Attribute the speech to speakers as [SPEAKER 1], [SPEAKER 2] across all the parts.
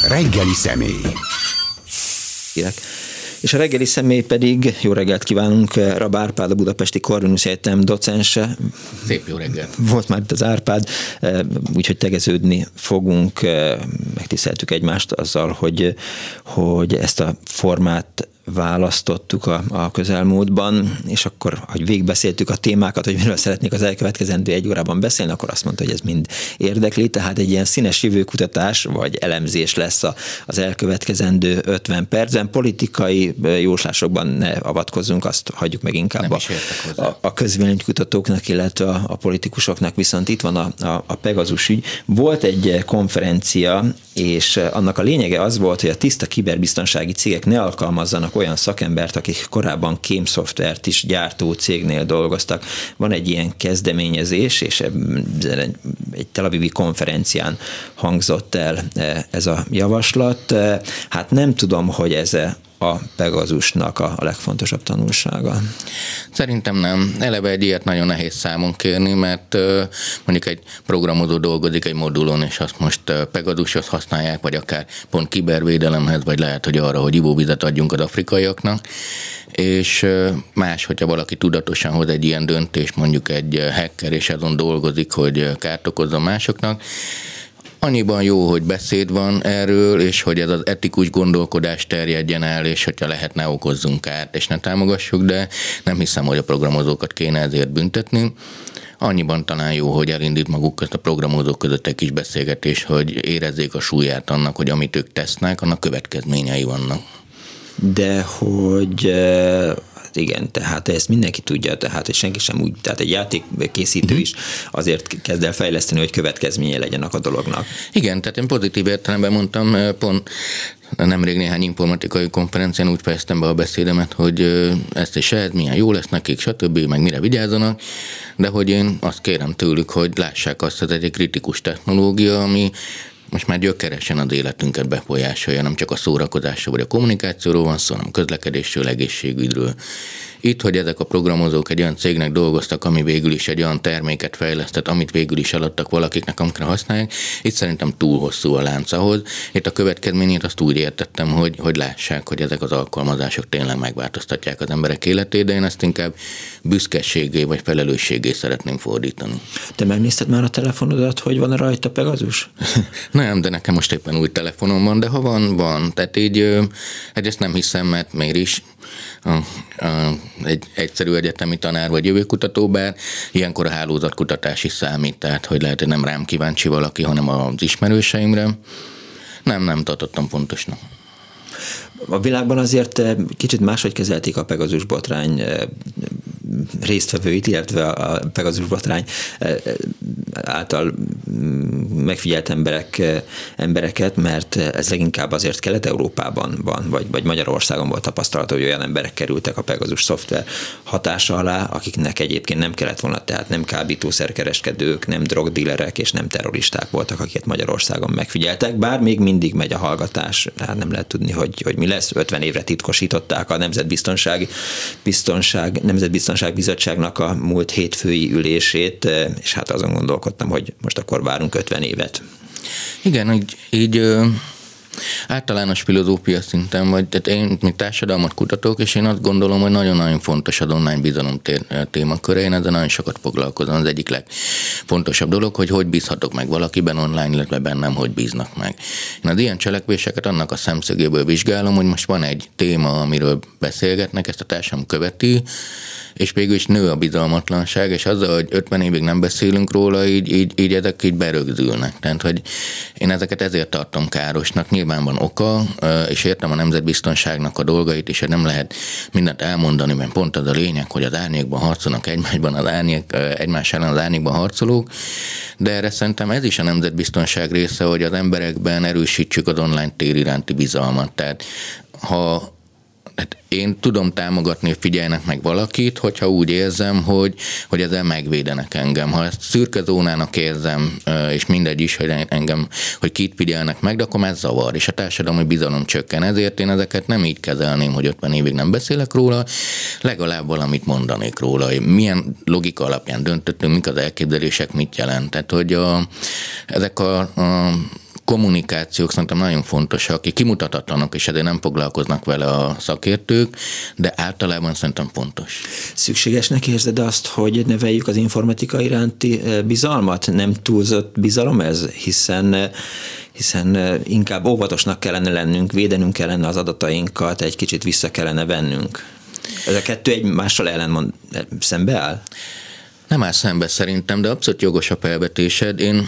[SPEAKER 1] Reggeli személy.
[SPEAKER 2] És a reggeli személy pedig, jó reggelt kívánunk, Rab Árpád, a Budapesti Corvinus Egyetem docense.
[SPEAKER 3] Szép jó reggelt.
[SPEAKER 2] Volt már itt az Árpád, úgyhogy tegeződni fogunk, megtiszteltük egymást azzal, hogy ezt a formát választottuk a közelmúltban, és akkor, hogy végigbeszéltük a témákat, hogy miről szeretnék az elkövetkezendő egy órában beszélni, akkor azt mondta, hogy ez mind érdekli, tehát egy ilyen színes jövőkutatás vagy elemzés lesz az elkövetkezendő 50 percben. Politikai jóslásokban ne avatkozzunk, azt hagyjuk meg inkább a közvéleménykutatóknak, illetve a politikusoknak, viszont itt van a Pegasus ügy. Volt egy konferencia, és annak a lényege az volt, hogy a tiszta kiberbiztonsági cégek ne alkalmazzanak olyan szakembert, akik korábban kémszoftvert is gyártó cégnél dolgoztak. Van egy ilyen kezdeményezés, és egy Tel Avivi konferencián hangzott el ez a javaslat. Hát nem tudom, hogy ez a Pegasusnak a legfontosabb tanulsága.
[SPEAKER 3] Szerintem nem. Eleve egy ilyet nagyon nehéz számon kérni, mert mondjuk egy programozó dolgozik egy modulon, és azt most Pegasushoz használják, vagy akár pont kibervédelemhez, vagy lehet, hogy arra, hogy ivóvizet adjunk az afrikaiaknak. És más, hogyha valaki tudatosan hoz egy ilyen döntést, mondjuk egy hacker, és azon dolgozik, hogy kárt okozzon másoknak. Annyiban jó, hogy beszéd van erről, és hogy ez az etikus gondolkodás terjedjen el, és hogyha lehet, ne okozzunk kárt, és ne támogassuk, de nem hiszem, hogy a programozókat kéne ezért büntetni. Annyiban talán jó, hogy elindít maguk közt a programozók között egy kis beszélgetés, hogy érezzék a súlyát annak, hogy amit ők tesznek, annak következményei vannak.
[SPEAKER 2] De hogy... Igen, tehát ezt mindenki tudja, tehát senki sem úgy, tehát egy játékkészítő is azért kezd el fejleszteni, hogy következménye legyenek a dolognak.
[SPEAKER 3] Igen, tehát én pozitív értelemben mondtam, pont nemrég néhány informatikai konferencián úgy fejeztem be a beszédemet, hogy ezt és ez, milyen jó lesz nekik, stb., meg mire vigyázzanak, de hogy én azt kérem tőlük, hogy lássák azt, hogy ez egy kritikus technológia, ami most már gyökeresen az életünket befolyásolja, nem csak a szórakozásról vagy a kommunikációról van szó, hanem közlekedésről, egészségügyről. Itt, hogy ezek a programozók egy olyan cégnek dolgoztak, ami végül is egy olyan terméket fejlesztett, amit végül is eladtak valakiknek, amikre használják, itt szerintem túl hosszú a lánc ahhoz. Itt a következményét azt úgy értettem, hogy lássák, hogy ezek az alkalmazások tényleg megváltoztatják az emberek életét, de én ezt inkább büszkeségé vagy felelősségé szeretném fordítani.
[SPEAKER 2] Te megnézted már a telefonodat, hogy van rajta Pegasus?
[SPEAKER 3] Nem, de nekem most éppen új telefonom van, de ha van. Tehát így ezt nem hiszem, mert miért is egy egyszerű egyetemi tanár vagy jövőkutató, bár ilyenkor a hálózatkutatás is számít, tehát hogy lehet, hogy nem rám kíváncsi valaki, hanem az ismerőseimre. Nem tartottam pontosnak.
[SPEAKER 2] A világban azért kicsit máshogy kezelték a Pegasus botrány résztvevőit, illetve a Pegasus botrány által megfigyelt embereket, mert ez leginkább azért Kelet-Európában van, vagy Magyarországon volt tapasztalat, hogy olyan emberek kerültek a Pegasus szoftver hatása alá, akiknek egyébként nem kellett volna, tehát nem kábítószerkereskedők, nem drogdílerek és nem terroristák voltak, akiket Magyarországon megfigyeltek, bár még mindig megy a hallgatás, tehát nem lehet tudni, hogy mi lesz. 50 évre titkosították a Nemzetbiztonság Bizottságnak a múlt hétfői ülését, és hát azon gondolkodtam, hogy most akkor várunk 50 évet.
[SPEAKER 3] Igen, így általános filozófia szinten, vagy tehát én még társadalmat kutatok, és én azt gondolom, hogy nagyon-nagyon fontos az online bizalom témaköre. Én ezzel nagyon sokat foglalkozom. Az egyik legfontosabb dolog, hogy bízhatok meg valakiben online, illetve bennem, hogy bíznak meg. Én az ilyen cselekvéseket annak a szemszögéből vizsgálom, hogy most van egy téma, amiről beszélgetnek, ezt a társadalom követi, és végül is nő a bizalmatlanság, és azzal, hogy 50 évig nem beszélünk róla, így ezek így berögzülnek. Tehát, hogy én ezeket ezért tartom károsnak. Nyilván van oka, és értem a nemzetbiztonságnak a dolgait, és nem lehet mindent elmondani, mert pont az a lényeg, hogy az árnyékban harcolnak egymás ellen az árnyékban harcolók, de erre szerintem ez is a nemzetbiztonság része, hogy az emberekben erősítsük az online tér iránti bizalmat. Tehát én tudom támogatni, hogy figyeljenek meg valakit, hogyha úgy érzem, hogy ezzel megvédenek engem. Ha ezt szürke zónának érzem, és mindegy is, hogy engem, hogy kit figyelnek meg, de akkor már zavar, és a társadalmi bizalom csökken. Ezért én ezeket nem így kezelném, hogy 50 évig nem beszélek róla, legalább valamit mondanék róla, hogy milyen logika alapján döntöttünk, mik az elképzelések, mit jelent. Tehát, hogy ezek a kommunikációk szerintem nagyon fontosak, akik kimutathatatlanok, és ezért nem foglalkoznak vele a szakértők, de általában szerintem fontos.
[SPEAKER 2] Szükségesnek érzed azt, hogy neveljük az informatika iránti bizalmat? Nem túlzott bizalom ez? Hiszen inkább óvatosnak kellene lennünk, védenünk kellene az adatainkat, egy kicsit vissza kellene vennünk. Ez a kettő egymással szembeáll?
[SPEAKER 3] Nem áll szembe szerintem, de abszolút jogos a felvetésed. Én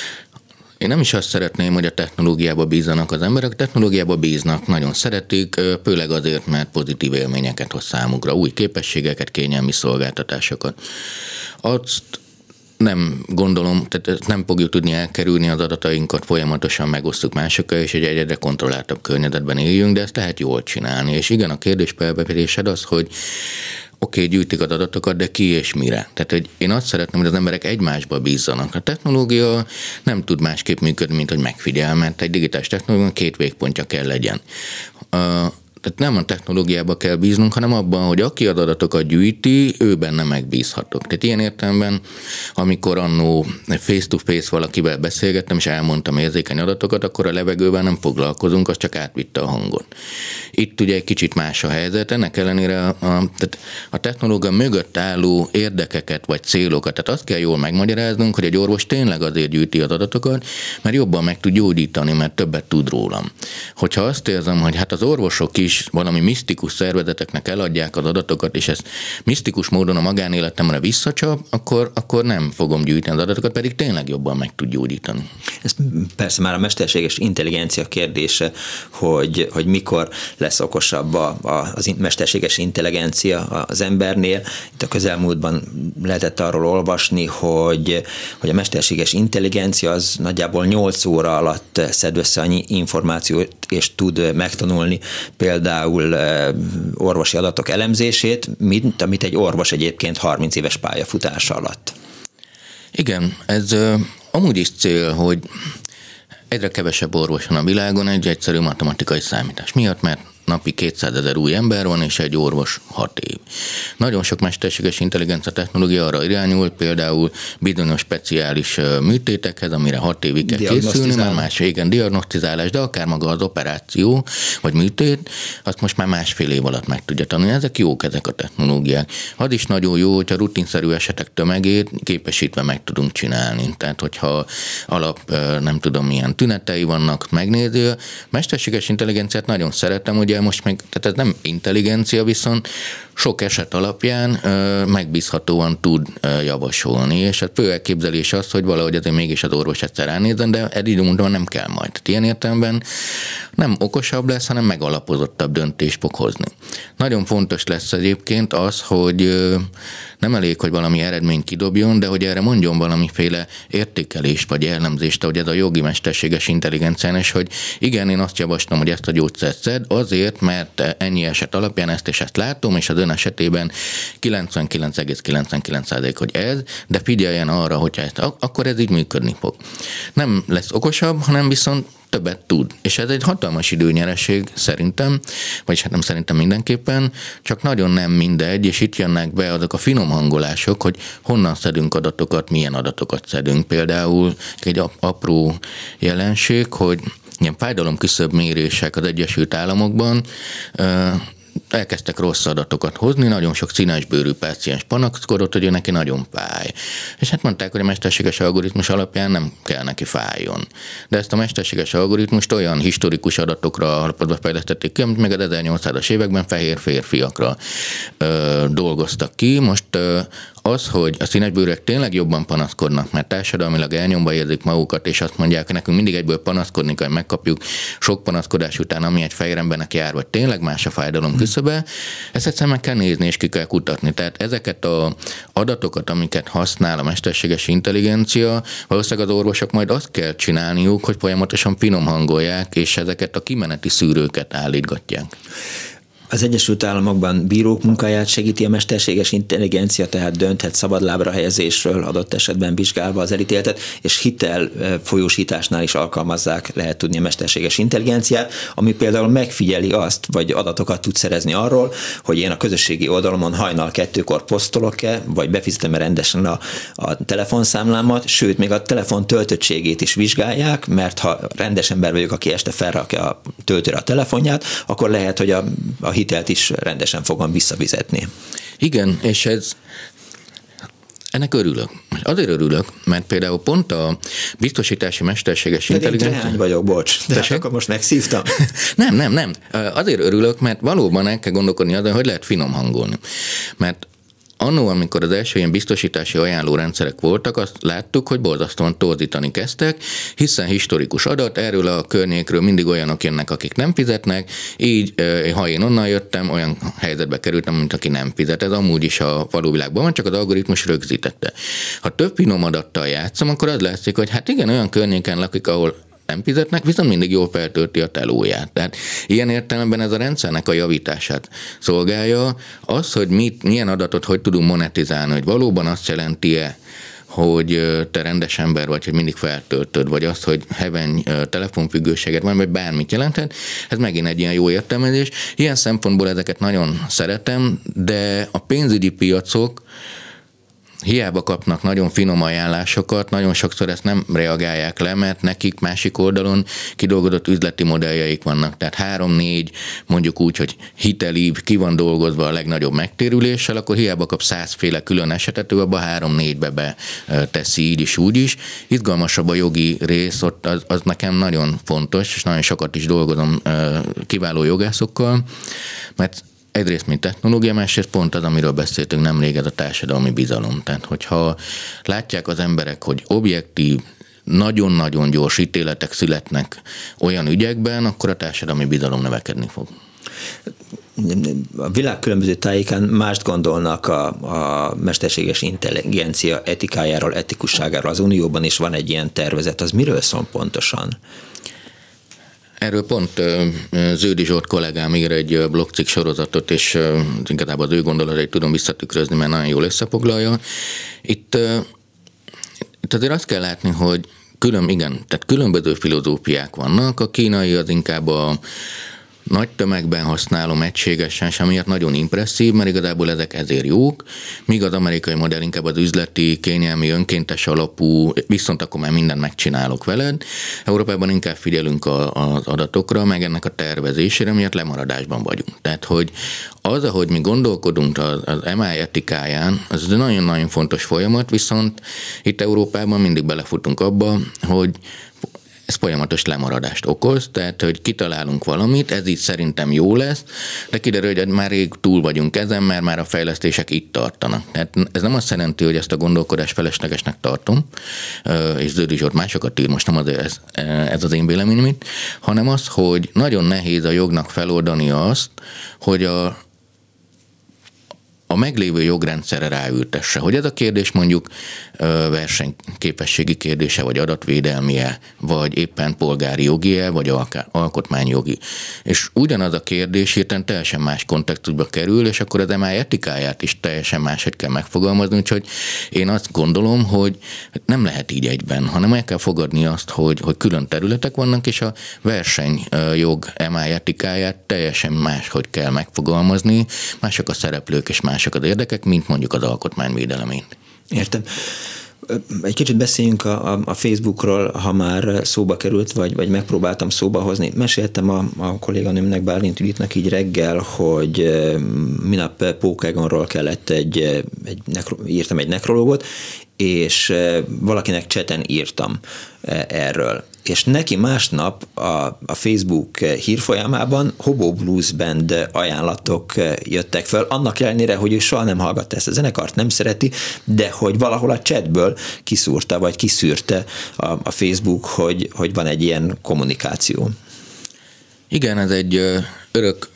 [SPEAKER 3] nem is azt szeretném, hogy a technológiába bízzanak az emberek. A technológiába bíznak, nagyon szeretik, főleg azért, mert pozitív élményeket hoz számukra, új képességeket, kényelmi szolgáltatásokat. Azt nem gondolom, tehát nem fogjuk tudni elkerülni az adatainkat, folyamatosan megosztjuk másokkal, és egy egyre kontrolláltabb környezetben éljünk, de ezt lehet jól csinálni. És igen, a kérdés felvetésed az, hogy oké, gyűjtik az adatokat, de ki és mire? Tehát, hogy én azt szeretném, hogy az emberek egymásba bízzanak. A technológia nem tud másképp működni, mint hogy megfigyel, mert egy digitális technológia 2 végpontja kell legyen. Tehát nem a technológiába kell bíznunk, hanem abban, hogy aki az adatokat gyűjti, ő benne megbízhatok. Tehát ilyen értelemben, amikor annó face-to-face valakivel beszélgettem, és elmondtam érzékeny adatokat, akkor a levegővel nem foglalkozunk, az csak átvitte a hangot. Itt ugye egy kicsit más a helyzet, ennek ellenére a technológia mögött álló érdekeket vagy célokat, tehát azt kell jól megmagyaráznunk, hogy egy orvos tényleg azért gyűjti az adatokat, mert jobban meg tud gyógyítani, mert többet tud rólam. Hogyha azt érzem, hogy hát az orvosok is valami misztikus szervezeteknek eladják az adatokat, és ezt misztikus módon a magánéletemre visszacsap, akkor nem fogom gyűjteni az adatokat, pedig tényleg jobban meg tud gyógyítani.
[SPEAKER 2] Ez persze már a mesterséges intelligencia kérdése, hogy mikor lesz okosabb a mesterséges intelligencia az embernél. Itt a közelmúltban lehetett arról olvasni, hogy a mesterséges intelligencia az nagyjából 8 óra alatt szed össze annyi információt, és tud megtanulni például orvosi adatok elemzését, mint amit egy orvos egyébként 30 éves pályafutása alatt.
[SPEAKER 3] Igen, ez amúgy is cél, hogy egyre kevesebb orvos van a világon egy egyszerű matematikai számítás miatt, mert napi 200 000 új ember van, és egy orvos 6 év. Nagyon sok mesterséges intelligencia technológia arra irányul, például bizonyos speciális műtétekhez, amire 6 évig kell készülni, már más régen diagnosztizálás, de akár maga az operáció, vagy műtét, azt most már 1,5 év alatt meg tudja tanulni. Ezek jók, ezek a technológiák. Az is nagyon jó, hogyha rutinszerű esetek tömegét képesítve meg tudunk csinálni. Tehát, hogyha nem tudom, milyen tünetei vannak, megnézi. Mesterséges intelligenciát nagyon szeretem, ugye most meg, tehát ez nem intelligencia, viszont sok eset alapján megbízhatóan tud javasolni, és a fő elképzelés az, hogy valahogy azért mégis az orvos egyszer ránézzen, de időmúltban nem kell majd. Tehát ilyen értelemben nem okosabb lesz, hanem megalapozottabb döntést fog hozni. Nagyon fontos lesz egyébként az, hogy nem elég, hogy valami eredményt kidobjon, de hogy erre mondjon valamiféle értékelést vagy jellemzést, hogy ez a jogi mesterséges intelligencián, és hogy igen, én azt javaslom, hogy ezt a gyógyszert szed, azért, mert ennyi eset alapján ezt és ezt látom, és az ön esetében 99,99% hogy ez, de figyeljen arra, hogyha ezt, akkor ez így működni fog. Nem lesz okosabb, hanem viszont többet tud. És ez egy hatalmas időnyereség szerintem, vagyis hát nem szerintem mindenképpen, csak nagyon nem mindegy, és itt jönnek be azok a finom hangolások, hogy honnan szedünk adatokat, milyen adatokat szedünk. Például egy apró jelenség, hogy ilyen fájdalomküszöbb mérések az Egyesült Államokban elkezdtek rossz adatokat hozni, nagyon sok színesbőrű páciens panaszkodott, hogy ő neki nagyon fáj. És hát mondták, hogy a mesterséges algoritmus alapján nem kell neki fájjon. De ezt a mesterséges algoritmust olyan historikus adatokra alapozva fejlesztették ki, amit meg az 1800-as években fehér férfiakra dolgoztak ki. Most az, hogy a színesbőrűek tényleg jobban panaszkodnak, mert társadalmilag elnyomva érzik magukat, és azt mondják, hogy nekünk mindig egyből panaszkodni kell, megkapjuk sok panaszkodás után, ami egy fehér embernek jár, vagy tényleg más a fájdalom küszöbe, ezt egyszerűen meg kell nézni, és ki kell kutatni. Tehát ezeket az adatokat, amiket használ a mesterséges intelligencia, valószínűleg az orvosok majd azt kell csinálniuk, hogy folyamatosan finom hangolják, és ezeket a kimeneti szűrőket állítgatják.
[SPEAKER 2] Az Egyesült Államokban bírók munkáját segíti a mesterséges intelligencia, tehát dönthet szabadlábra helyezésről, adott esetben vizsgálva az elítéltet, és hitel folyósításnál is alkalmazzák, lehet tudni, a mesterséges intelligenciát, ami például megfigyeli azt, vagy adatokat tud szerezni arról, hogy én a közösségi oldalomon hajnal 2-kor posztolok-e, vagy befizetem rendesen a telefonszámlámat, sőt, még a telefon töltöttségét is vizsgálják, mert ha rendes ember vagyok, aki este felrakja a töltőre a telefonját, akkor lehet, hogy a hitelt is rendesen fogom visszafizetni.
[SPEAKER 3] Igen, és ennek örülök. Azért örülök, mert például pont a biztosítási mesterséges intelligencia...
[SPEAKER 2] Én vagyok, bocs. De akkor most megszívtam.
[SPEAKER 3] Nem. Azért örülök, mert valóban el kell gondolkodni azon, hogy lehet finom hangolni. Mert annó, amikor az első ilyen biztosítási ajánlórendszerek voltak, azt láttuk, hogy borzasztóan torzítani kezdtek, hiszen historikus adat, erről a környékről mindig olyanok jönnek, akik nem fizetnek, így, ha én onnan jöttem, olyan helyzetbe kerültem, mint aki nem fizet. Ez amúgy is a való világban van, csak az algoritmus rögzítette. Ha több finom adattal játszom, akkor az látszik, hogy hát igen, olyan környéken lakik, ahol nem fizetnek, viszont mindig jól feltölti a telóját. Tehát ilyen értelemben ez a rendszernek a javítását szolgálja. Az, hogy milyen adatot hogy tudunk monetizálni, hogy valóban azt jelenti-e, hogy te rendes ember vagy, hogy mindig feltöltöd, vagy azt, hogy heveny telefonfüggőséget van, vagy bármit jelenthet, ez megint egy ilyen jó értelmezés. Ilyen szempontból ezeket nagyon szeretem, de a pénzügyi piacok hiába kapnak nagyon finom ajánlásokat, nagyon sokszor ezt nem reagálják le, mert nekik másik oldalon kidolgozott üzleti modelljeik vannak. Tehát 3-4 mondjuk úgy, hogy hitelív, ki van dolgozva a legnagyobb megtérüléssel, akkor hiába kap 100 féle külön esetet, ő abba 3-4-be beteszi így is, úgy is. Izgalmasabb a jogi rész, ott az nekem nagyon fontos, és nagyon sokat is dolgozom kiváló jogászokkal, mert egyrészt, mint technológia, másrészt pont az, amiről beszéltünk nemrég, ez a társadalmi bizalom. Tehát, hogyha látják az emberek, hogy objektív, nagyon-nagyon gyors ítéletek születnek olyan ügyekben, akkor a társadalmi bizalom növekedni fog.
[SPEAKER 2] A világ különböző tájékán mást gondolnak a mesterséges intelligencia etikájáról, etikusságáról. Az Unióban is van egy ilyen tervezet. Az miről szól pontosan?
[SPEAKER 3] Erről pont Zöldi Zsolt kollégám ír egy blogcikk sorozatot, és igazából az ő gondolatait tudom visszatükrözni, mert nagyon jól összefoglalja. Itt azért azt kell látni, hogy tehát különböző filozófiák vannak. A kínai az inkább a nagy tömegben használom egységesen, és amiatt nagyon impresszív, mert igazából ezek ezért jók, míg az amerikai modell inkább az üzleti, kényelmi, önkéntes alapú, viszont akkor már mindent megcsinálok veled. Európában inkább figyelünk az adatokra, meg ennek a tervezésére, miatt lemaradásban vagyunk. Tehát, hogy az, ahogy mi gondolkodunk az MI etikáján, az egy nagyon-nagyon fontos folyamat, viszont itt Európában mindig belefutunk abba, hogy ez folyamatos lemaradást okoz, tehát, hogy kitalálunk valamit, ez így szerintem jó lesz, de kiderül, hogy már rég túl vagyunk ezen, mert már a fejlesztések itt tartanak. Tehát ez nem azt jelenti, hogy ezt a gondolkodást feleslegesnek tartom, és Zöldi Zsolt másokat ír, most nem azért ez az én véleményem, hanem az, hogy nagyon nehéz a jognak feloldani azt, hogy a meglévő jogrendszerre ráültesse. Hogy ez a kérdés mondjuk versenyképességi kérdése, vagy adatvédelmie, vagy éppen polgári jogi-e, vagy alkotmányjogi. És ugyanaz a kérdés hirtelen teljesen más kontextusba kerül, és akkor az MI etikáját is teljesen máshogy kell megfogalmazni, úgyhogy én azt gondolom, hogy nem lehet így egyben, hanem el kell fogadni azt, hogy külön területek vannak, és a versenyjog MI etikáját teljesen máshogy kell megfogalmazni, mások a szereplők és mások az érdekek, mint mondjuk az alkotmányvédelemét.
[SPEAKER 2] Értem. Egy kicsit beszéljünk a Facebookról, ha már szóba került, vagy megpróbáltam szóba hozni. Meséltem a kolléganőmnek, Bálint Juditnak így reggel, hogy minap Pókegonról kellett írtam egy nekrológot, és valakinek chaten írtam erről. És neki másnap a Facebook hírfolyamában Hobo Blues Band ajánlatok jöttek fel, annak ellenére, hogy ő soha nem hallgatta ezt a zenekart, nem szereti, de hogy valahol a chatből kiszúrta, vagy kiszűrte a Facebook, hogy van egy ilyen kommunikáció.
[SPEAKER 3] Igen, ez egy örök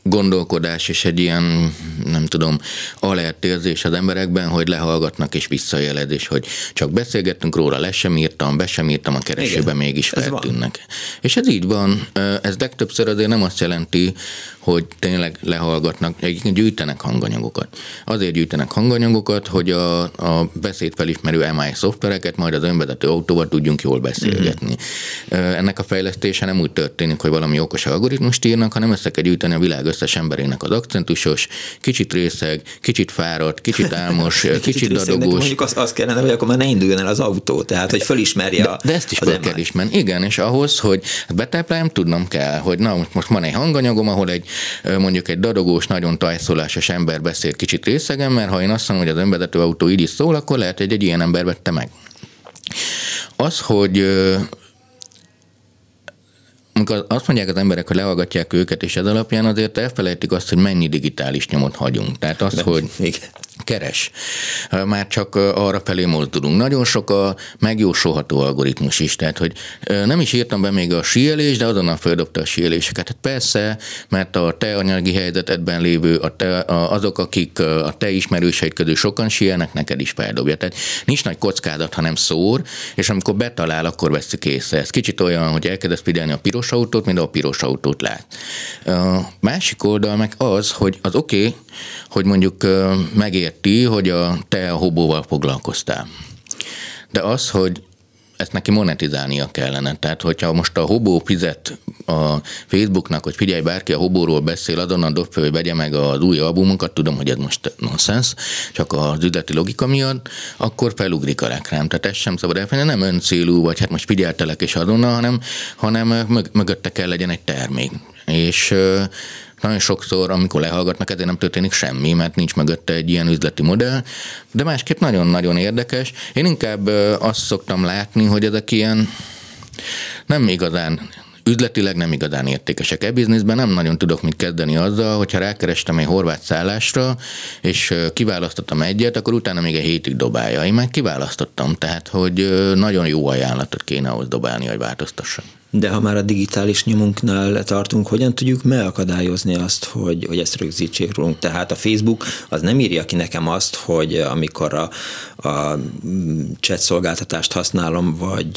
[SPEAKER 3] gondolkodás és egy ilyen, nem tudom, alert érzés az emberekben, hogy lehallgatnak és visszajelzés, hogy csak beszélgettünk róla, le sem írtam, be sem írtam, a keresőben mégis feltűnnek. És ez így van. Ez legtöbbször azért nem azt jelenti, hogy tényleg lehallgatnak, egyébként gyűjtenek hanganyagokat. Azért gyűjtenek hanganyagokat, hogy a beszédfelismerő MI szoftvereket majd az önvezető autóval tudjunk jól beszélgetni. Ennek a fejlesztése nem úgy történik, hogy valami okos algoritmust írnak, hanem össze kell gyűjteni a világ összes emberének az akcentusos, kicsit részeg, kicsit fáradt, kicsit álmos, kicsit dadogós.
[SPEAKER 2] Mondjuk az kellene, hogy akkor már ne induljon el az autó, tehát hogy fölismerje
[SPEAKER 3] de ezt is fel kell ismerni. Igen, és ahhoz, hogy betápláljam, tudnom kell, hogy na, most van egy hanganyagom, ahol mondjuk egy dadogós, nagyon tajszolásos ember beszél kicsit részegen, mert ha én azt mondom, hogy az önvezető autó így is szól, akkor lehet, hogy egy ilyen ember vette meg. Az, hogy amikor azt mondják az emberek, hogy lehallgatják őket, és ez alapján azért elfelejtik azt, hogy mennyi digitális nyomot hagyunk. Tehát az, hogy keres. Már csak arra felé mozdulunk. Nagyon sok a megjósolható algoritmus is, tehát hogy nem is írtam be még a síelés, de azonnal feldobta a síeléseket. Hát persze, mert a te anyagi helyzetedben lévő, azok, akik a te ismerőseid közül sokan síelnek, neked is feldobja. Tehát nincs nagy kockázat, hanem szór, és amikor betalál, akkor veszik észre. Ez kicsit olyan, hogy elkezdesz figyelni a piros autót, mint a piros autót lát. A másik oldal meg az, hogy az oké, hogy mondjuk megérti, hogy te a hobóval foglalkoztál. De az, hogy ezt neki monetizálnia kellene. Tehát, hogyha most a hobó fizet a Facebooknak, hogy figyelj, bárki a hobóról beszél, azonnal dob fel, hogy vegye meg az új albumunkat, tudom, hogy ez most nonsense, csak az üzleti logika miatt, akkor felugrik a reklám. Tehát ez sem szabad elfelejteni, nem öncélú, vagy hát most figyeltelek és azonnal, hanem mögötte kell legyen egy termék. És nagyon sokszor, amikor lehallgatnak, ezért nem történik semmi, mert nincs mögötte egy ilyen üzleti modell, de másképp nagyon-nagyon érdekes. Én inkább azt szoktam látni, hogy ezek ilyen nem igazán, üzletileg nem igazán értékesek. E-bizniszben nem nagyon tudok mit kezdeni azzal, hogyha rákerestem egy horvát szállásra, és kiválasztottam egyet, akkor utána még egy hétig dobálja. Én már kiválasztottam, tehát hogy nagyon jó ajánlatot kéne ahhoz dobálni, hogy változtassak.
[SPEAKER 2] De ha már a digitális nyomunknál tartunk, hogyan tudjuk megakadályozni azt, hogy ezt rögzítsék rólunk? Tehát a Facebook az nem írja ki nekem azt, hogy amikor a chat szolgáltatást használom,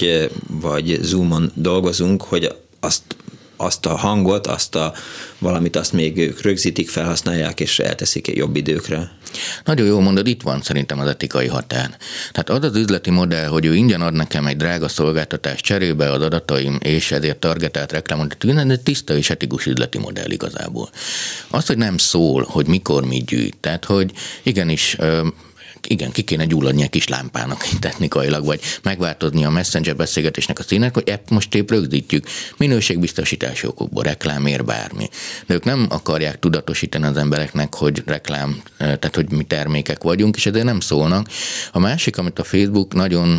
[SPEAKER 2] vagy Zoomon dolgozunk, hogy azt a hangot, valamit azt még ők rögzítik, felhasználják, és elteszik jobb időkre.
[SPEAKER 3] Nagyon jól mondod, itt van szerintem az etikai határ. Tehát az az üzleti modell, hogy ő ingyen ad nekem egy drága szolgáltatást cserébe az adataim, és ezért targetált reklámot, ez tiszta és etikus üzleti modell igazából. Az, hogy nem szól, hogy mikor mit gyűjt, tehát hogy igenis igen, ki kéne gyulladni egy kis lámpának technikailag, vagy megváltozni a Messenger beszélgetésnek a színek, hogy most épp rögzítjük minőségbiztosítási okokból, reklámért, bármi. De ők nem akarják tudatosítani az embereknek, hogy reklám, tehát hogy mi termékek vagyunk, és ezért nem szólnak. A másik, amit a Facebook nagyon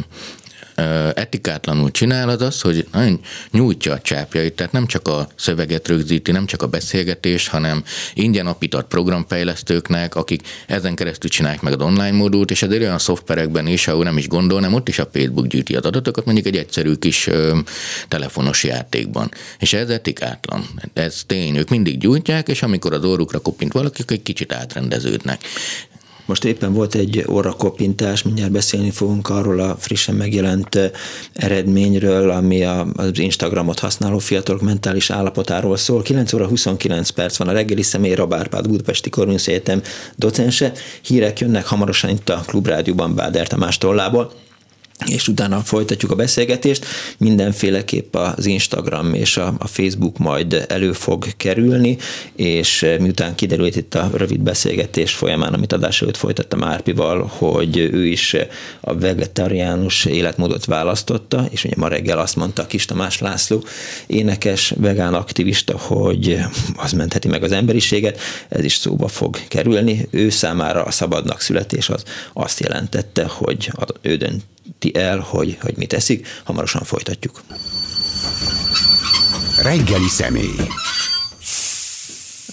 [SPEAKER 3] etikátlanul csinál, az az, hogy nagyon nyújtja a csápjait, tehát nem csak a szöveget rögzíti, nem csak a beszélgetést, hanem ingyen apított programfejlesztőknek, akik ezen keresztül csinálják meg az online módút, és ezért olyan szoftverekben is, ahol nem is gondolnám, ott is a Facebook gyűjti az adatokat, mondjuk egy egyszerű kis telefonos játékban. És ez etikátlan. Ez tény, ők mindig gyújtják, és amikor az orrukra koppint valaki, egy kicsit átrendeződnek.
[SPEAKER 2] Most éppen volt egy órakoppintás, mindjárt beszélni fogunk arról a frissen megjelent eredményről, ami az Instagramot használó fiatalok mentális állapotáról szól. 9 óra 29 perc van, a reggeli személy Rab Árpád, Budapesti Corvinus Egyetem docense. Hírek jönnek hamarosan itt a Klubrádióban Báder Tamás tollából, és utána folytatjuk a beszélgetést. Mindenféleképp az Instagram és a Facebook majd elő fog kerülni, és miután kiderült itt a rövid beszélgetés folyamán, amit adás előtt folytattam Árpival, hogy ő is a vegetáriánus életmódot választotta, és ugye ma reggel azt mondta Kis Tamás László, énekes, vegán aktivista, hogy az mentheti meg az emberiséget, ez is szóba fog kerülni. Ő számára a szabadnak születés az azt jelentette, hogy ő dönti el, hogy mit eszik. Hamarosan folytatjuk.
[SPEAKER 1] Reggeli személy.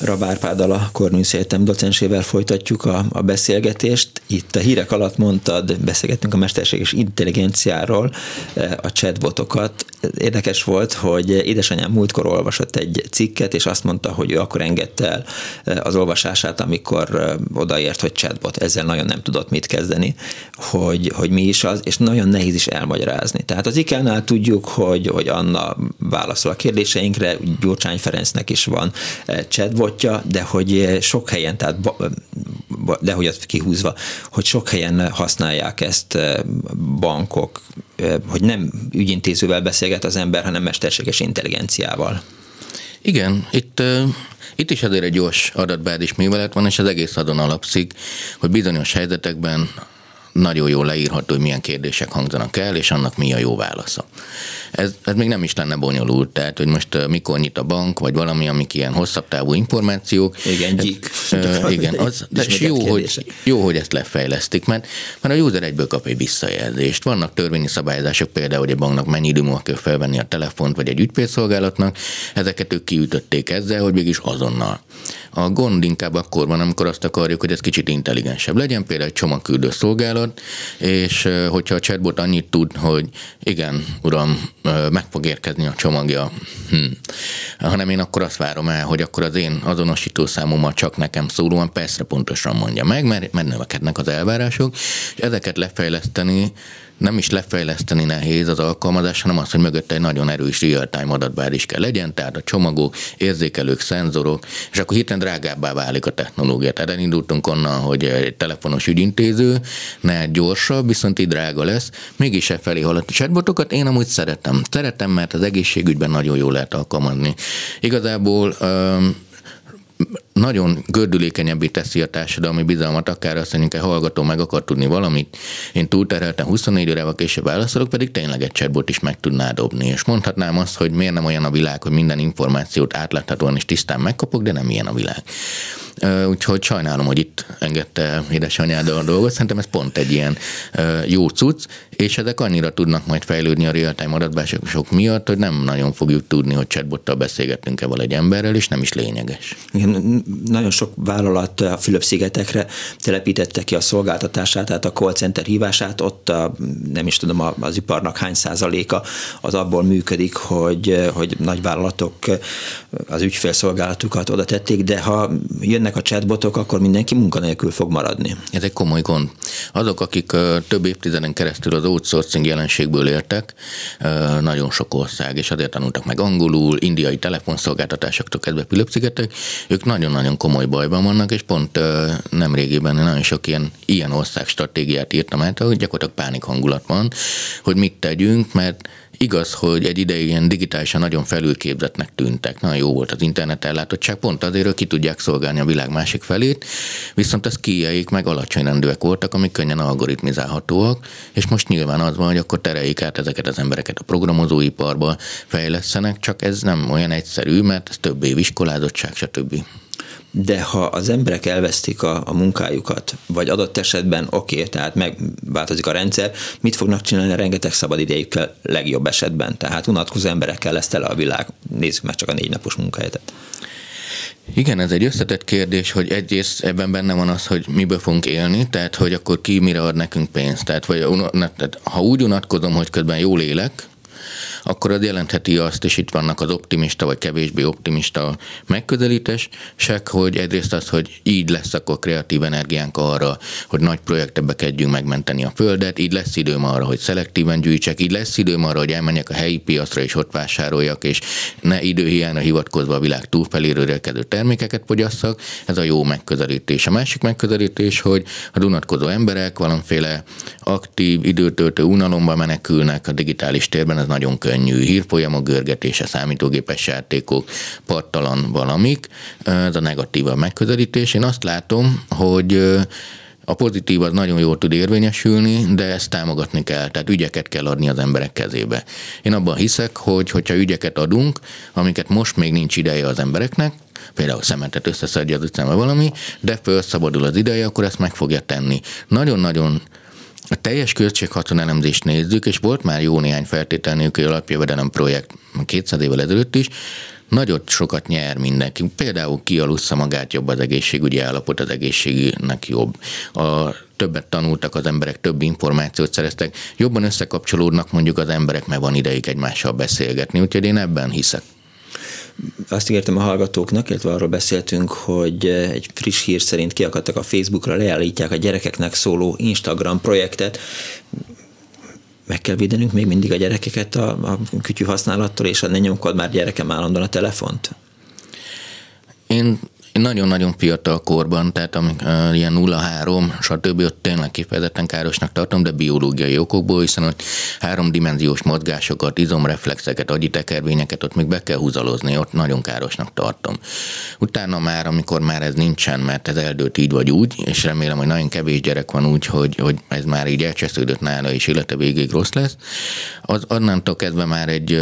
[SPEAKER 2] Rab Árpáddal, a Cornelius Egyetem docensével folytatjuk a beszélgetést. Itt a hírek alatt mondtad, beszélgettünk a mesterséges intelligenciáról, a chatbotokat. Érdekes volt, hogy édesanyám múltkor olvasott egy cikket, és azt mondta, hogy ő akkor engedte el az olvasását, amikor odaért, hogy chatbot. Ezzel nagyon nem tudott mit kezdeni, hogy mi is az, és nagyon nehéz is elmagyarázni. Tehát az IKEA-nál tudjuk, hogy Anna válaszol a kérdéseinkre, Gyurcsány Ferencnek is van chatbotja, de hogy sok helyen, de hogy azt kihúzva, hogy sok helyen használják ezt bankok, hogy nem ügyintézővel beszélget az ember, hanem mesterséges intelligenciával.
[SPEAKER 3] Igen, itt is azért egy gyors adatbázis művelet van, és az egész azon alapszik, hogy bizonyos helyzetekben nagyon jól leírható, hogy milyen kérdések hangzanak el, és annak mi a jó válasza. Ez még nem is lenne bonyolult, tehát, hogy most mikor nyit a bank, vagy valami, amik ilyen hosszabb távú információk.
[SPEAKER 2] Igen,
[SPEAKER 3] igen, de jó, hogy ezt lefejlesztik, mert a user egyből kap egy visszajelzést. Vannak törvényi szabályozások, például, hogy a banknak mennyi idő múlva kell felvenni a telefont, vagy egy ügyfélszolgálatnak, ezeket ők kiütötték ezzel, hogy mégis azonnal. A gond inkább akkor van, amikor azt akarjuk, hogy ez kicsit intelligensebb legyen, például egy csomagküldő szolgálat, és hogyha a chatbot annyit tud, hogy igen, uram, meg fog érkezni a csomagja, hanem én akkor azt várom el, hogy akkor az én azonosítószámomat csak nekem szólóan persze pontosan mondja meg, mert növekednek az elvárások, és ezeket lefejleszteni, nem is lefejleszteni nehéz az alkalmazás, hanem az, hogy mögötte egy nagyon erős real-time adatbázis kell legyen, tehát a csomagok, érzékelők, szenzorok, és akkor hirtelen drágábbá válik a technológia. Tehát elindultunk onnan, hogy egy telefonos ügyintéző ne gyorsabb, viszont így drága lesz, mégis e felé haladt. A chatbotokat én amúgy szeretem, mert az egészségügyben nagyon jól lehet alkalmazni. Igazából nagyon gördülékenyebbé teszi a társadalmi bizalmat, akár azt mondjuk, hogy hallgató meg akar tudni valamit, én túlterheltem 24 órával később válaszolok, pedig tényleg egy chatbot is meg tudná dobni. És mondhatnám azt, hogy miért nem olyan a világ, hogy minden információt átláthatóan és tisztán megkapok, de nem ilyen a világ. Úgyhogy sajnálom, hogy itt engedte édesanyád a dolgot. Szerintem ez pont egy ilyen jó cucc, és ezek annyira tudnak majd fejlődni a real-time adatbázisok miatt, hogy nem nagyon fogjuk tudni, hogy chatbottal beszélgettünk-e egy emberrel, és nem is lényeges.
[SPEAKER 2] Igen, nagyon sok vállalat a Fülöp-szigetekre telepítette ki a szolgáltatását, tehát a call center hívását, ott nem is tudom, az iparnak hány százaléka az abból működik, hogy nagy vállalatok az ügyfélszolgálatukat oda tették, de ha jönnek a chatbotok, akkor mindenki munkanélkül fog maradni.
[SPEAKER 3] Ez egy komoly gond. Azok, akik több évtizeden keresztül az outsourcing jelenségből éltek, nagyon sok ország, és azért tanultak meg angolul, indiai telefonszolgáltatásoktól kezdve Fülöp-szigetek, ők nagyon-nagyon komoly bajban vannak, és pont nemrégében nagyon sok ilyen ország stratégiát írtam át, hogy gyakorlatilag pánik hangulat van, hogy mit tegyünk, mert igaz, hogy egy ideig ilyen digitálisan nagyon felülképzettnek tűntek. Nagyon jó volt az internet ellátottság, pont azért, hogy ki tudják szolgálni a világ másik felét, viszont az kíjjaik meg alacsony rendűek voltak, amik könnyen algoritmizálhatóak, és most nyilván az van, hogy akkor tereljék át ezeket az embereket a programozóiparba, fejlesztenek, csak ez nem olyan egyszerű, mert ez több év iskolázottság, stb.
[SPEAKER 2] De ha az emberek elvesztik a munkájukat, vagy adott esetben tehát megváltozik a rendszer, mit fognak csinálni a rengeteg szabad idejükkel legjobb esetben? Tehát unatkozó emberekkel lesz tele a világ. Nézzük meg csak a 4 napos munkahetet.
[SPEAKER 3] Igen, ez egy összetett kérdés, hogy egyrészt ebben benne van az, hogy miből fogunk élni, tehát hogy akkor ki mire ad nekünk pénzt. Tehát ha úgy unatkozom, hogy közben jól élek, akkor az jelentheti azt, és itt vannak az optimista vagy kevésbé optimista megközelítések, hogy egyrészt az, hogy így lesz akkor kreatív energiánk arra, hogy nagy projektekbe kezdjünk megmenteni a földet, így lesz időm arra, hogy szelektíven gyűjtsek, így lesz időm arra, hogy elmenjek a helyi piacra és ott vásároljak, és ne időhiányra hivatkozva a világ túlfeléről érkező termékeket fogyasszak. Ez a jó megközelítés. A másik megközelítés, hogy a unatkozó emberek valamiféle aktív, időtöltő unalomba menekülnek a digitális térben, ez nagyon könnyű. Hírfolyamok görgetése, számítógépes játékok, parttalan valamik, ez a negatív megközelítés. Én azt látom, hogy a pozitív az nagyon jól tud érvényesülni, de ezt támogatni kell, tehát ügyeket kell adni az emberek kezébe. Én abban hiszek, hogyha ügyeket adunk, amiket most még nincs ideje az embereknek, például szemetet összeszedje az utcán valami, de felszabadul az ideje, akkor ezt meg fogja tenni. Nagyon-nagyon a teljes költséghaszon-elemzést nézzük, és volt már jó néhány feltétel nélküli alapjövedelem projekt 200 évvel ezelőtt is, nagyot sokat nyer mindenki. Például kialussza magát, jobb az egészségügyi állapot, az egészségnek jobb. Többet tanultak az emberek, több információt szereztek, jobban összekapcsolódnak mondjuk az emberek, mert van ideig egymással beszélgetni, úgyhogy én ebben hiszek.
[SPEAKER 2] Azt ígértem a hallgatóknak, illetve arról beszéltünk, hogy egy friss hír szerint kiakadtak a Facebookra, leállítják a gyerekeknek szóló Instagram projektet. Meg kell védenünk még mindig a gyerekeket a kütyű használattól, és ne nyomkod már gyerekem állandóan a telefont?
[SPEAKER 3] Én nagyon-nagyon fiatal korban, tehát ilyen 0-3, stb. Ott tényleg kifejezetten károsnak tartom, de biológiai okokból, hiszen ott 3-dimenziós mozgásokat, izomreflexeket, agyi tekervényeket ott még be kell húzalozni, ott nagyon károsnak tartom. Utána már, amikor már ez nincsen, mert ez eldőlt így vagy úgy, és remélem, hogy nagyon kevés gyerek van úgy, hogy ez már így elcsesződött nála, és élete végéig rossz lesz, onnantól kezdve már egy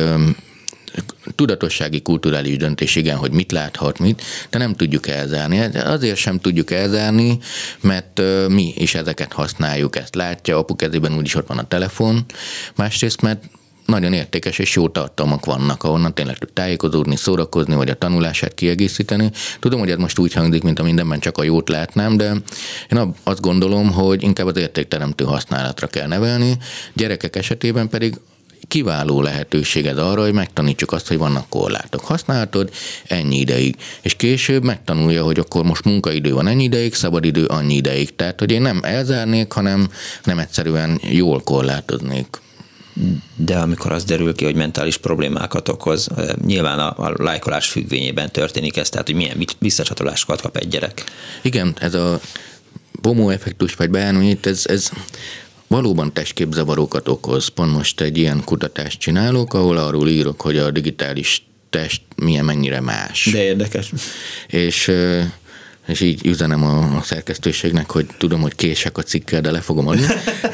[SPEAKER 3] tudatossági kulturális döntés, igen, hogy mit láthat, de nem tudjuk elzárni. Azért sem tudjuk elzárni, mert mi is ezeket használjuk, ezt látja, apu kezében úgyis ott van a telefon, másrészt, mert nagyon értékes és jó tartalmak vannak, ahonnan tényleg tud tájékozódni, szórakozni, vagy a tanulását kiegészíteni. Tudom, hogy ez most úgy hangzik, mint a mindenben csak a jót látnám, de én azt gondolom, hogy inkább az értékteremtő használatra kell nevelni, gyerekek esetében pedig kiváló lehetőség ez arra, hogy megtanítsuk azt, hogy vannak korlátok. Használhatod ennyi ideig, és később megtanulja, hogy akkor most munkaidő van ennyi ideig, szabadidő annyi ideig. Tehát, hogy én nem elzárnék, hanem nem egyszerűen jól korlátoznék.
[SPEAKER 2] De amikor az derül ki, hogy mentális problémákat okoz, nyilván a lájkolás függvényében történik ez, tehát hogy milyen visszacsatolásokat kap egy gyerek.
[SPEAKER 3] Igen, ez a FOMO effektus, vagy bármi, ez valóban testképzavarokat okoz. Pont most egy ilyen kutatást csinálok, ahol arról írok, hogy a digitális test mennyire más.
[SPEAKER 2] De érdekes. És
[SPEAKER 3] így üzenem a szerkesztőségnek, hogy tudom, hogy kések a cikkel, de le fogom adni.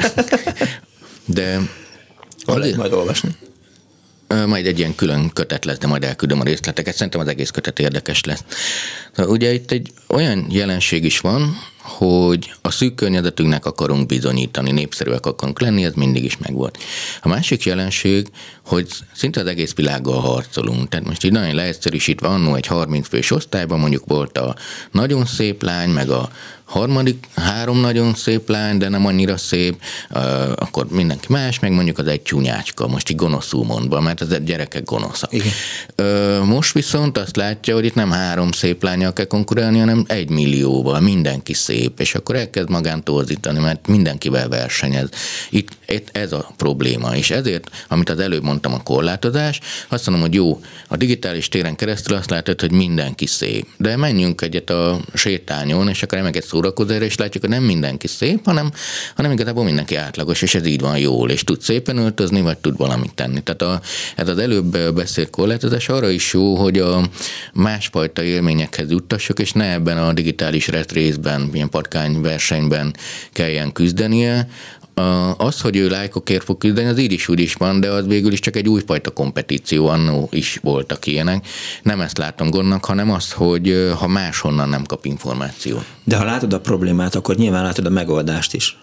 [SPEAKER 3] De
[SPEAKER 2] lehet majd olvasni.
[SPEAKER 3] Majd egy ilyen külön kötet lesz, de majd elküldöm a részleteket. Szerintem az egész kötet érdekes lesz. Ugye itt egy olyan jelenség is van, hogy a szűk környezetünknek akarunk bizonyítani, népszerűek akarunk lenni, ez mindig is megvolt. A másik jelenség, hogy szinte az egész világgal harcolunk. Tehát most így nagyon leegyszerűsítve annó egy 30 fős osztályban mondjuk volt a nagyon szép lány, meg a harmadik 3 nagyon szép lány, de nem annyira szép, akkor mindenki más, meg mondjuk az egy csúnyácska, most így gonoszul mondva, mert az gyerekek gonoszak. Igen. Most viszont azt látja, hogy itt nem 3 szép lányal kell konkurálni, hanem 1 millióval, mindenki szép, és akkor elkezd magán torzítani, mert mindenkivel versenyez. Itt ez a probléma, és ezért, amit az előbb mondtam, a korlátozás, azt mondom, hogy jó, a digitális téren keresztül azt látod, hogy mindenki szép, de menjünk egyet a sétányon, és akkor meg egy szórakozóra, és látjuk, hogy nem mindenki szép, hanem igazából mindenki átlagos, és ez így van jól, és tud szépen öltözni, vagy tud valamit tenni. Tehát ez az előbb beszélt korlátozás arra is jó, hogy a másfajta élményekhez juttassuk, és ne ebben a digitális retrészben, ilyen patkányversenyben kelljen küzdenie. Az, hogy ő lájkokért fog küzdeni, az így is úgy is van, de az végül is csak egy újfajta kompetíció, annó is voltak ilyenek. Nem ezt látom gondnak, hanem azt, hogy ha máshonnan nem kap információt.
[SPEAKER 2] De ha látod a problémát, akkor nyilván látod a megoldást is.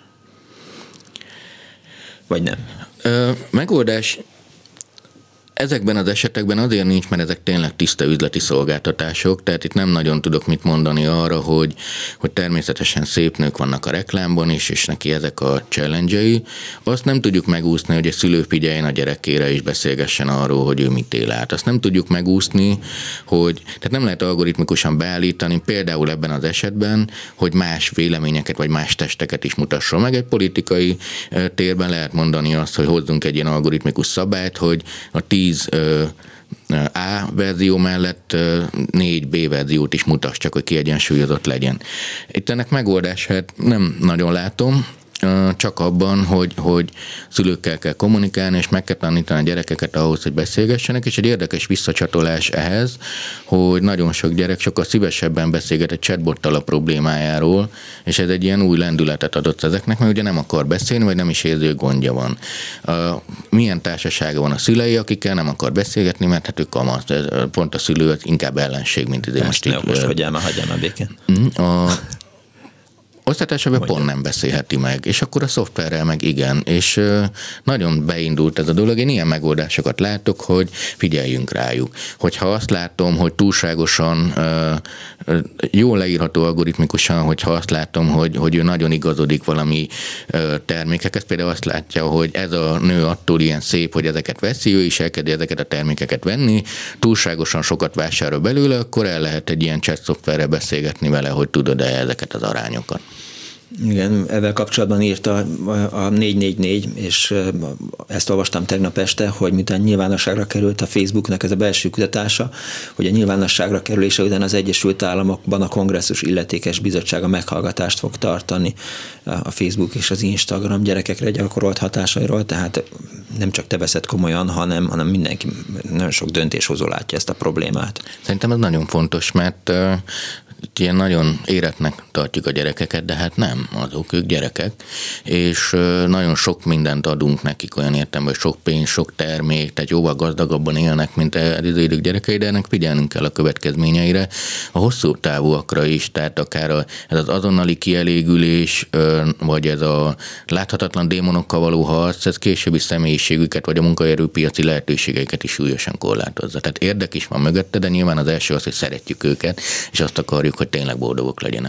[SPEAKER 2] Vagy nem?
[SPEAKER 3] Megoldás ezekben az esetekben azért nincs, mert ezek tényleg tiszta üzleti szolgáltatások, tehát itt nem nagyon tudok mit mondani arra, hogy természetesen szép nők vannak a reklámban is, és neki ezek a challenge-ei. Azt nem tudjuk megúszni, hogy a szülő figyeljen a gyerekére és beszélgessen arról, hogy ő mit él át. Azt nem tudjuk megúszni, tehát nem lehet algoritmikusan beállítani, például ebben az esetben, hogy más véleményeket vagy más testeket is mutasson meg. Egy politikai térben lehet mondani azt, hogy hozzunk egy ilyen algoritmikus szabályt, hogy a 10 A verzió mellett 4 B verziót is mutass, csak hogy kiegyensúlyozott legyen. Itt ennek megoldását nem nagyon látom, csak abban, hogy szülőkkel kell kommunikálni, és meg kell tanítani a gyerekeket ahhoz, hogy beszélgessenek, és egy érdekes visszacsatolás ehhez, hogy nagyon sok gyerek sokkal szívesebben beszélget egy chatbottal a problémájáról, és ez egy ilyen új lendületet adott ezeknek, mert ugye nem akar beszélni, vagy nem is érzi, gondja van. Milyen társasága van a szülei, akikkel nem akar beszélgetni, mert hát ő kamasz, pont a szülő inkább ellenség, mint idő.
[SPEAKER 2] Most hagyjál már békén.
[SPEAKER 3] osztálytársával pont nem beszélheti meg, és akkor a szoftverrel meg igen, és nagyon beindult ez a dolog. Én ilyen megoldásokat látok, hogy figyeljünk rájuk. Hogyha azt látom, hogy túlságosan jól leírható algoritmikusan, hogyha azt látom, hogy ő nagyon igazodik valami termékekhez, például azt látja, hogy ez a nő attól ilyen szép, hogy ezeket veszi, ő is elkezdi ezeket a termékeket venni, túlságosan sokat vásárol belőle, akkor el lehet egy ilyen chat szoftverre beszélgetni vele, hogy tudod-e ezeket az arányokat.
[SPEAKER 2] Igen, ezzel kapcsolatban írta a 444, és ezt olvastam tegnap este, hogy miután nyilvánosságra került a Facebooknak ez a belső kutatása, hogy a nyilvánosságra kerülése után az Egyesült Államokban a Kongresszus Illetékes Bizottsága meghallgatást fog tartani a Facebook és az Instagram gyerekekre gyakorolt hatásairól, tehát nem csak te veszed komolyan, hanem mindenki, nagyon sok döntéshozó látja ezt a problémát.
[SPEAKER 3] Szerintem ez nagyon fontos, mert ilyen nagyon éretnek tartjuk a gyerekeket, de hát nem, ők gyerekek, és nagyon sok mindent adunk nekik olyan értelemben, hogy sok pénz, sok termék, tehát jóval gazdagabban élnek, mint az idők gyerekei, de ennek figyelnünk kell a következményeire, a hosszú távúakra is, tehát akár ez az azonnali kielégülés, vagy ez a láthatatlan démonokkal való harc, ez későbbi személyiségüket, vagy a munkaerőpiaci lehetőségeiket is súlyosan korlátozza. Tehát érdek is van mögötte, de nyilván az első az, hogy szeretjük őket, és azt akarjuk, hogy tényleg boldogok legyenek.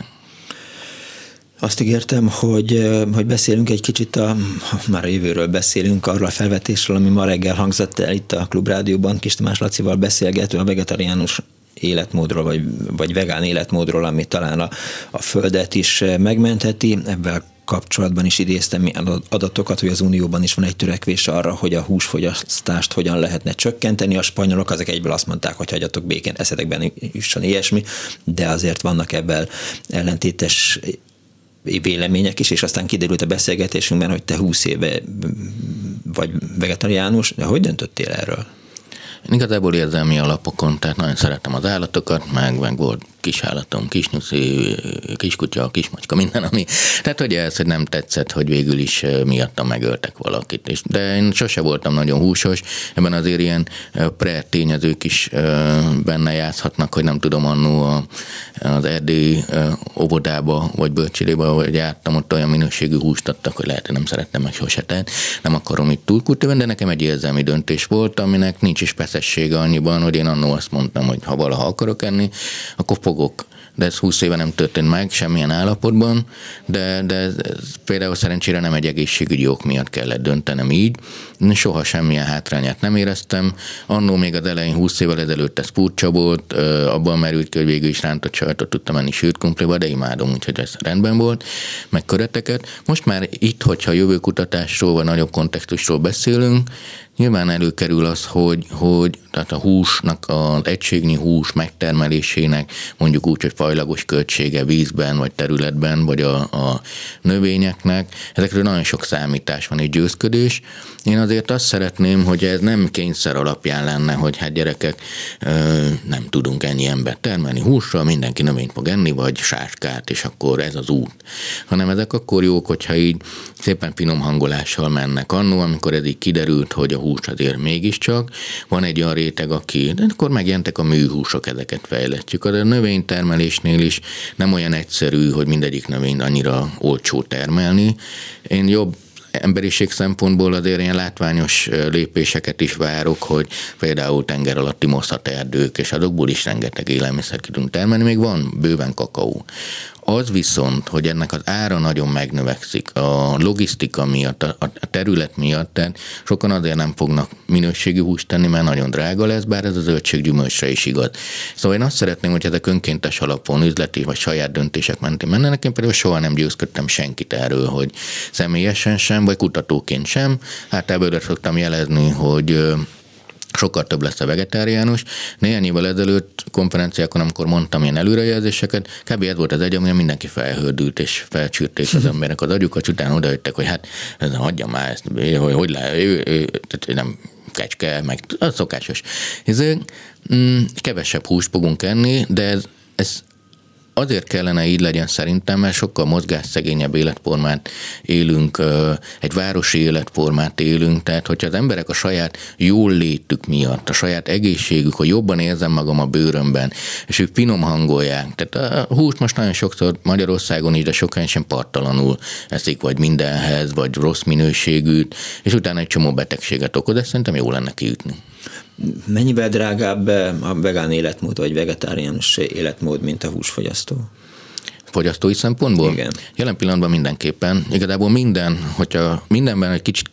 [SPEAKER 2] Azt ígértem, hogy beszélünk egy kicsit, már a jövőről beszélünk, arról a felvetésről, ami ma reggel hangzott el itt a Klubrádióban, Kis Tamás Lacival beszélgetve a vegetariánus életmódról, vagy vegán életmódról, ami talán a Földet is megmentheti. Ebben kapcsolatban is idéztem adatokat, hogy az Unióban is van egy törekvés arra, hogy a húsfogyasztást hogyan lehetne csökkenteni. A spanyolok azok egyből azt mondták, hogy hagyjatok békén, eszetekben jusson ilyesmi, de azért vannak ebben ellentétes vélemények is, és aztán kiderült a beszélgetésünkben, hogy te 20 éve vagy vegetariánus, de hogy döntöttél erről?
[SPEAKER 3] Én igazából érzelmi alapokon, tehát nagyon szeretem az állatokat, meg volt kisállatom, kisnyuszi, kiskutya, kismacska, minden, ami... Tehát, hogy ez, hogy nem tetszett, hogy végül is miattam megöltek valakit. De én sose voltam nagyon húsos, ebben azért ilyen pre-tényezők is benne játszhatnak, hogy nem tudom, annó az erdélyi óvodába, vagy bölcsilébe, vagy jártam, ott olyan minőségű húst adtak, hogy lehet, hogy nem szerettem meg sose, tehát nem akarom itt túlkultívni, de nekem egy érzelmi döntés volt, aminek nincs is feszessége annyiban, hogy én annó azt mondtam, hogy ha valaha akarok enni, akkor fogok. De ez 20 éve nem történt meg semmilyen állapotban, de például szerencsére nem egy egészségügyi ok miatt kellett döntenem így. Soha semmilyen hátrányát nem éreztem. Annó még az elején 20 évvel ezelőtt ez furcsa volt, abban merült ki, hogy végül is rántott sajtot tudtam menni sült krumpliba, de imádom, úgyhogy ez rendben volt, meg köreteket. Most már itt, hogyha jövőkutatásról vagy nagyobb kontextusról beszélünk, nyilván előkerül az, hogy tehát a húsnak, az egységnyi hús megtermelésének mondjuk úgy, hogy fajlagos költsége vízben, vagy területben, vagy a növényeknek, ezekről nagyon sok számítás van, egy győzködés. Én azért azt szeretném, hogy ez nem kényszer alapján lenne, hogy hát gyerekek, nem tudunk ennyi embert termelni hússal, mindenki növényt fog enni, vagy sáskát, és akkor ez az út. Hanem ezek akkor jók, hogyha így szépen finom hangolással mennek. Annó, amikor ez így kiderült, hogy a hús azért mégiscsak, van egy olyan réteg, aki, de akkor megjelentek a műhúsok, ezeket fejlesztjük. A növénytermelésnél is nem olyan egyszerű, hogy mindegyik növényt annyira olcsó termelni. Én jobb emberiség szempontból azért ilyen látványos lépéseket is várok, hogy például tenger alatti moszhaterdők, és azokból is rengeteg élelmiszer ki tudunk termelni, még van bőven kakaó. Az viszont, hogy ennek az ára nagyon megnövekszik a logisztika miatt, a terület miatt, tehát sokan azért nem fognak minőségi húst tenni, mert nagyon drága lesz, bár ez a zöldséggyümölcsre is igaz. Szóval én azt szeretném, hogy ezek önkéntes alapon üzleti vagy saját döntések mentén mennek. Én például soha nem győzködtem senkit erről, hogy személyesen sem, vagy kutatóként sem. Általában őre szoktam jelezni, hogy sokkal több lesz a vegetáriánus. Néhány évvel ezelőtt konferenciákon, amikor mondtam ilyen előrejelzéseket, kb. Ez volt az egy, amilyen mindenki felhördült, és felcsürték az emberek az agyukat, utána odajöttek, hogy hát hagyja már ezt, hogy nem kecske, meg az szokásos. Kevesebb húst fogunk enni, de ez azért kellene így legyen szerintem, mert sokkal mozgásszegényebb életformát élünk, egy városi életformát élünk, tehát hogyha az emberek a saját jól létük miatt, a saját egészségük, hogy jobban érzem magam a bőrömben, és ők finom hangolják. Tehát a húst most nagyon sokszor Magyarországon is, de sokan sem parttalanul eszik, vagy mindenhez, vagy rossz minőségűt, és utána egy csomó betegséget okoz, de szerintem jó lenne kiütni.
[SPEAKER 2] Mennyivel drágább a vegán életmód, vagy vegetáriánus életmód, mint a húsfogyasztó?
[SPEAKER 3] Fogyasztói szempontból?
[SPEAKER 2] Igen.
[SPEAKER 3] Jelen pillanatban mindenképpen. Igazából hogyha mindenben egy kicsit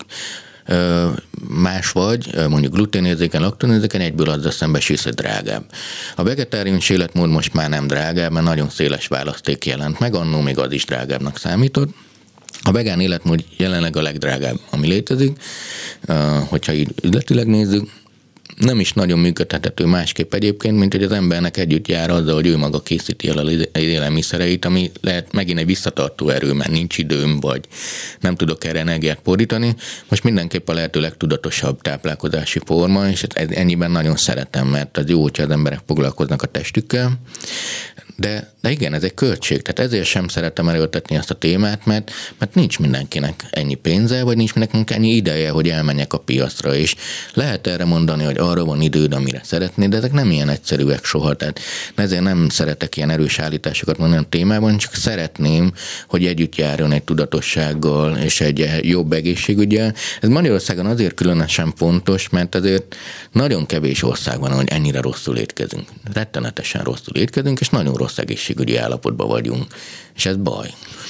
[SPEAKER 3] más vagy, mondjuk gluténérzéken, laktónérzéken, egyből azzal szembesülsz, hogy drágább. A vegetáriánus életmód most már nem drágább, mert nagyon széles választék jelent meg, annó még az is drágábbnak számított. A vegán életmód jelenleg a legdrágább, ami létezik, hogyha így üzletileg nézzük. Nem is nagyon működhető másképp egyébként, mint hogy az embernek együtt jár azzal, hogy ő maga készíti el az élelmiszereit, ami lehet megint egy visszatartó erő, mert nincs időm, vagy nem tudok erre energiát fordítani. Most mindenképp a lehető legtudatosabb táplálkozási forma, és ennyiben nagyon szeretem, mert az jó, hogyha az emberek foglalkoznak a testükkel. De igen, ez egy költség, tehát ezért sem szeretem erőltetni azt a témát, mert nincs mindenkinek ennyi pénze, vagy nincs mindenkinek ennyi ideje, hogy elmenjek a piacra, és lehet erre mondani, hogy arra van időd, amire szeretnéd, de ezek nem ilyen egyszerűek soha, tehát ezért nem szeretek ilyen erős állításokat mondani a témában, csak szeretném, hogy együtt járjon egy tudatossággal és egy jobb egészségügyel. Ez Magyarországon azért különösen fontos, mert azért nagyon kevés ország van, hogy ennyire rosszul étkezünk. Rettenetesen rosszul étkezünk, és nagyon rossz egészségügyi állapotban vagyunk, és ez baj.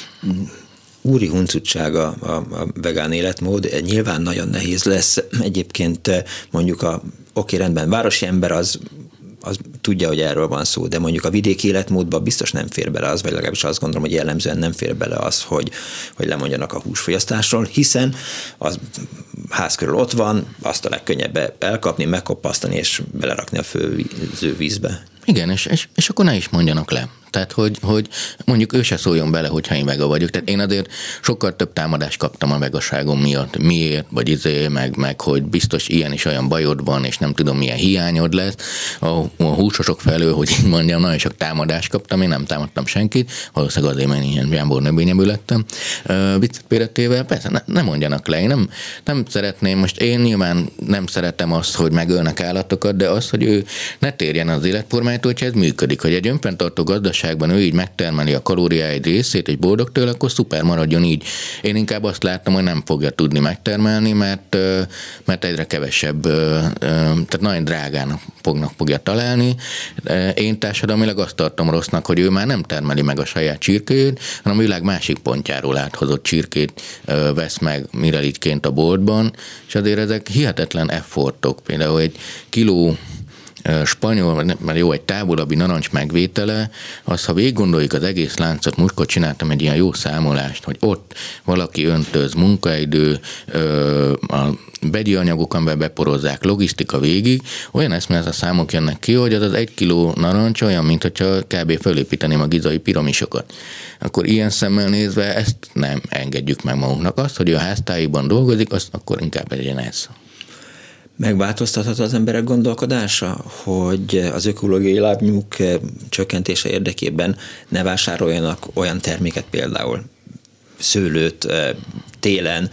[SPEAKER 2] Úri huncutság a vegán életmód, nyilván nagyon nehéz lesz. Egyébként mondjuk oké, rendben, városi ember az tudja, hogy erről van szó, de mondjuk a vidéki életmódban biztos nem fér bele az, vagy legalábbis azt gondolom, hogy jellemzően nem fér bele az, hogy lemondjanak a húsfogyasztásról, hiszen az ház körül ott van, azt a legkönnyebb elkapni, megkopasztani és belerakni a főző vízbe.
[SPEAKER 3] Igen, és akkor ne is mondjanak le. Tehát, hogy mondjuk ő se szóljon bele, hogyha én vega vagyok. Tehát én azért sokkal több támadást kaptam a vegaságom miatt. Miért? Vagy meg hogy biztos ilyen és olyan bajod van, és nem tudom, milyen hiányod lesz. A húsosok felől, hogy így mondjam, nagyon sok támadást kaptam, én nem támadtam senkit. Valószínűleg azért, mert ilyen jámbor növényevő lettem. Viccet félretéve, persze ne mondjanak le. Én nem szeretném, most én nyilván nem szeretem azt, hogy megölnek állatokat, de az, hogy ő ne térjen az életformájától, hogyha ez működik, hogy egy önfenntartó gazdaságban ő így megtermeli a kalóriája egy részét, egy boldog tőle, akkor szuper, maradjon így. Én inkább azt látom, hogy nem fogja tudni megtermelni, mert egyre kevesebb, tehát nagyon drágán fogja találni. Én társadalmilag azt tartom rossznak, hogy ő már nem termeli meg a saját csirkéjét, hanem a világ másik pontjáról áthozott csirkét vesz meg mireligyként a boltban, és azért ezek hihetetlen effortok. Például egy kiló spanyol, mert jó, egy távolabbi narancs megvétele, az, ha végig gondoljuk az egész láncot, múltkor csináltam egy ilyen jó számolást, hogy ott valaki öntöz, munkaidő, a vegyi anyagok, amiben beporozzák, logisztika végig, olyan eszméletlen számok jönnek ki, hogy az 1 kiló narancs olyan, mint hogyha kb. Fölépíteném a gizai piramisokat. Akkor ilyen szemmel nézve ezt nem engedjük meg magunknak. Azt, hogy a háztáiban dolgozik, azt akkor inkább legyen ez.
[SPEAKER 2] Megváltoztathat az emberek gondolkodása, hogy az ökológiai lábnyúk csökkentése érdekében ne vásároljanak olyan terméket, például szőlőt télen,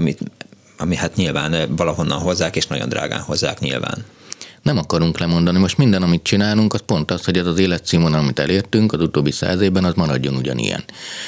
[SPEAKER 2] ami hát nyilván valahonnan hozzák, és nagyon drágán hozzák nyilván.
[SPEAKER 3] Nem akarunk lemondani. Most minden, amit csinálunk, az pont az, hogy ez az életszínvonal, amit elértünk az utóbbi 100 évben, az maradjon ugyanilyen.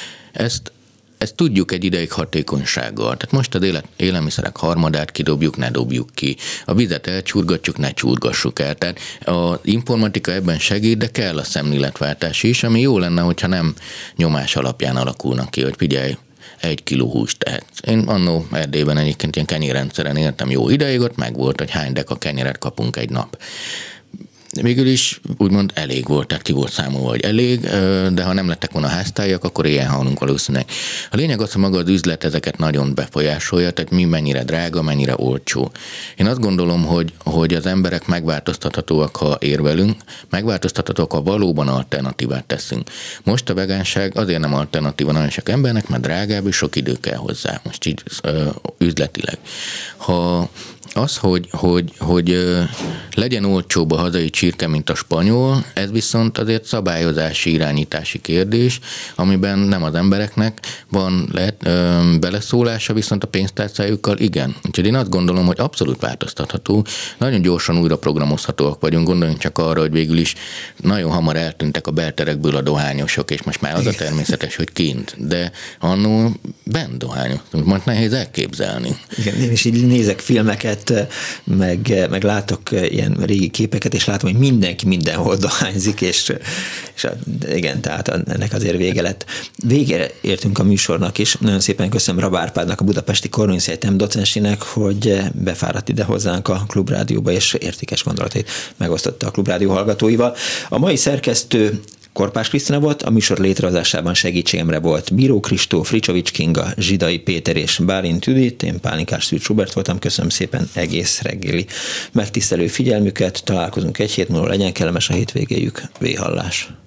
[SPEAKER 3] Ezt tudjuk egy ideig hatékonysággal. Tehát most az élelmiszerek harmadát kidobjuk, ne dobjuk ki. A vizet elcsurgatjuk, ne csurgassuk el. Tehát az informatika ebben segít, de kell a szemléletváltás is, ami jó lenne, hogyha nem nyomás alapján alakulnak ki, hogy figyelj, 1 kiló húst tehetsz. Én annó Erdélyben egyébként ilyen kenyérrendszeren éltem jó ideig, ott megvolt, hogy hány deka kenyeret kapunk egy nap. Végül is úgymond elég volt, tehát ki volt számolva, hogy elég, de ha nem lettek volna háztájak, akkor ilyen halunk valószínűleg. A lényeg az, hogy maga az üzlet ezeket nagyon befolyásolja, tehát mi mennyire drága, mennyire olcsó. Én azt gondolom, hogy az emberek megváltoztathatóak, ha érvelünk, megváltoztathatóak, ha valóban alternatívát teszünk. Most a vegánság azért nem alternatíva nagyon sok embernek, mert drágább és sok idő kell hozzá, most így üzletileg. Ha Az, hogy legyen olcsóbb a hazai csirke, mint a spanyol, ez viszont azért szabályozási, irányítási kérdés, amiben nem az embereknek van beleszólása, viszont a pénztárcájukkal igen. Úgyhogy én azt gondolom, hogy abszolút változtatható, nagyon gyorsan újra programozhatóak vagyunk, gondoljunk csak arra, hogy végül is nagyon hamar eltűntek a belterekből a dohányosok, és most már az a természetes, hogy kint, de annó bent dohányoztunk, most nehéz elképzelni.
[SPEAKER 2] Igen, én is így nézek filmeket, meg látok ilyen régi képeket, és látom, hogy mindenki mindenhol dohányzik, és igen, tehát ennek azért vége lett. Végére értünk a műsornak is. Nagyon szépen köszönöm Rab Árpádnak, a Budapesti Corvinus Egyetem docensének, hogy befáradt ide hozzánk a Klubrádióba, és értékes gondolatait megosztotta a Klubrádió hallgatóival. A mai szerkesztő Korpás Krisztina volt, a műsor létrehozásában segítségemre volt Bíró Kristóf, Ricsovics Kinga, Zsidai Péter és Bálint Judit, én Pálinkás Szűcs Robert voltam, köszönöm szépen egész reggeli megtisztelő figyelmüket, találkozunk egy hét múlva, legyen kellemes a hétvégéjük, véhallás.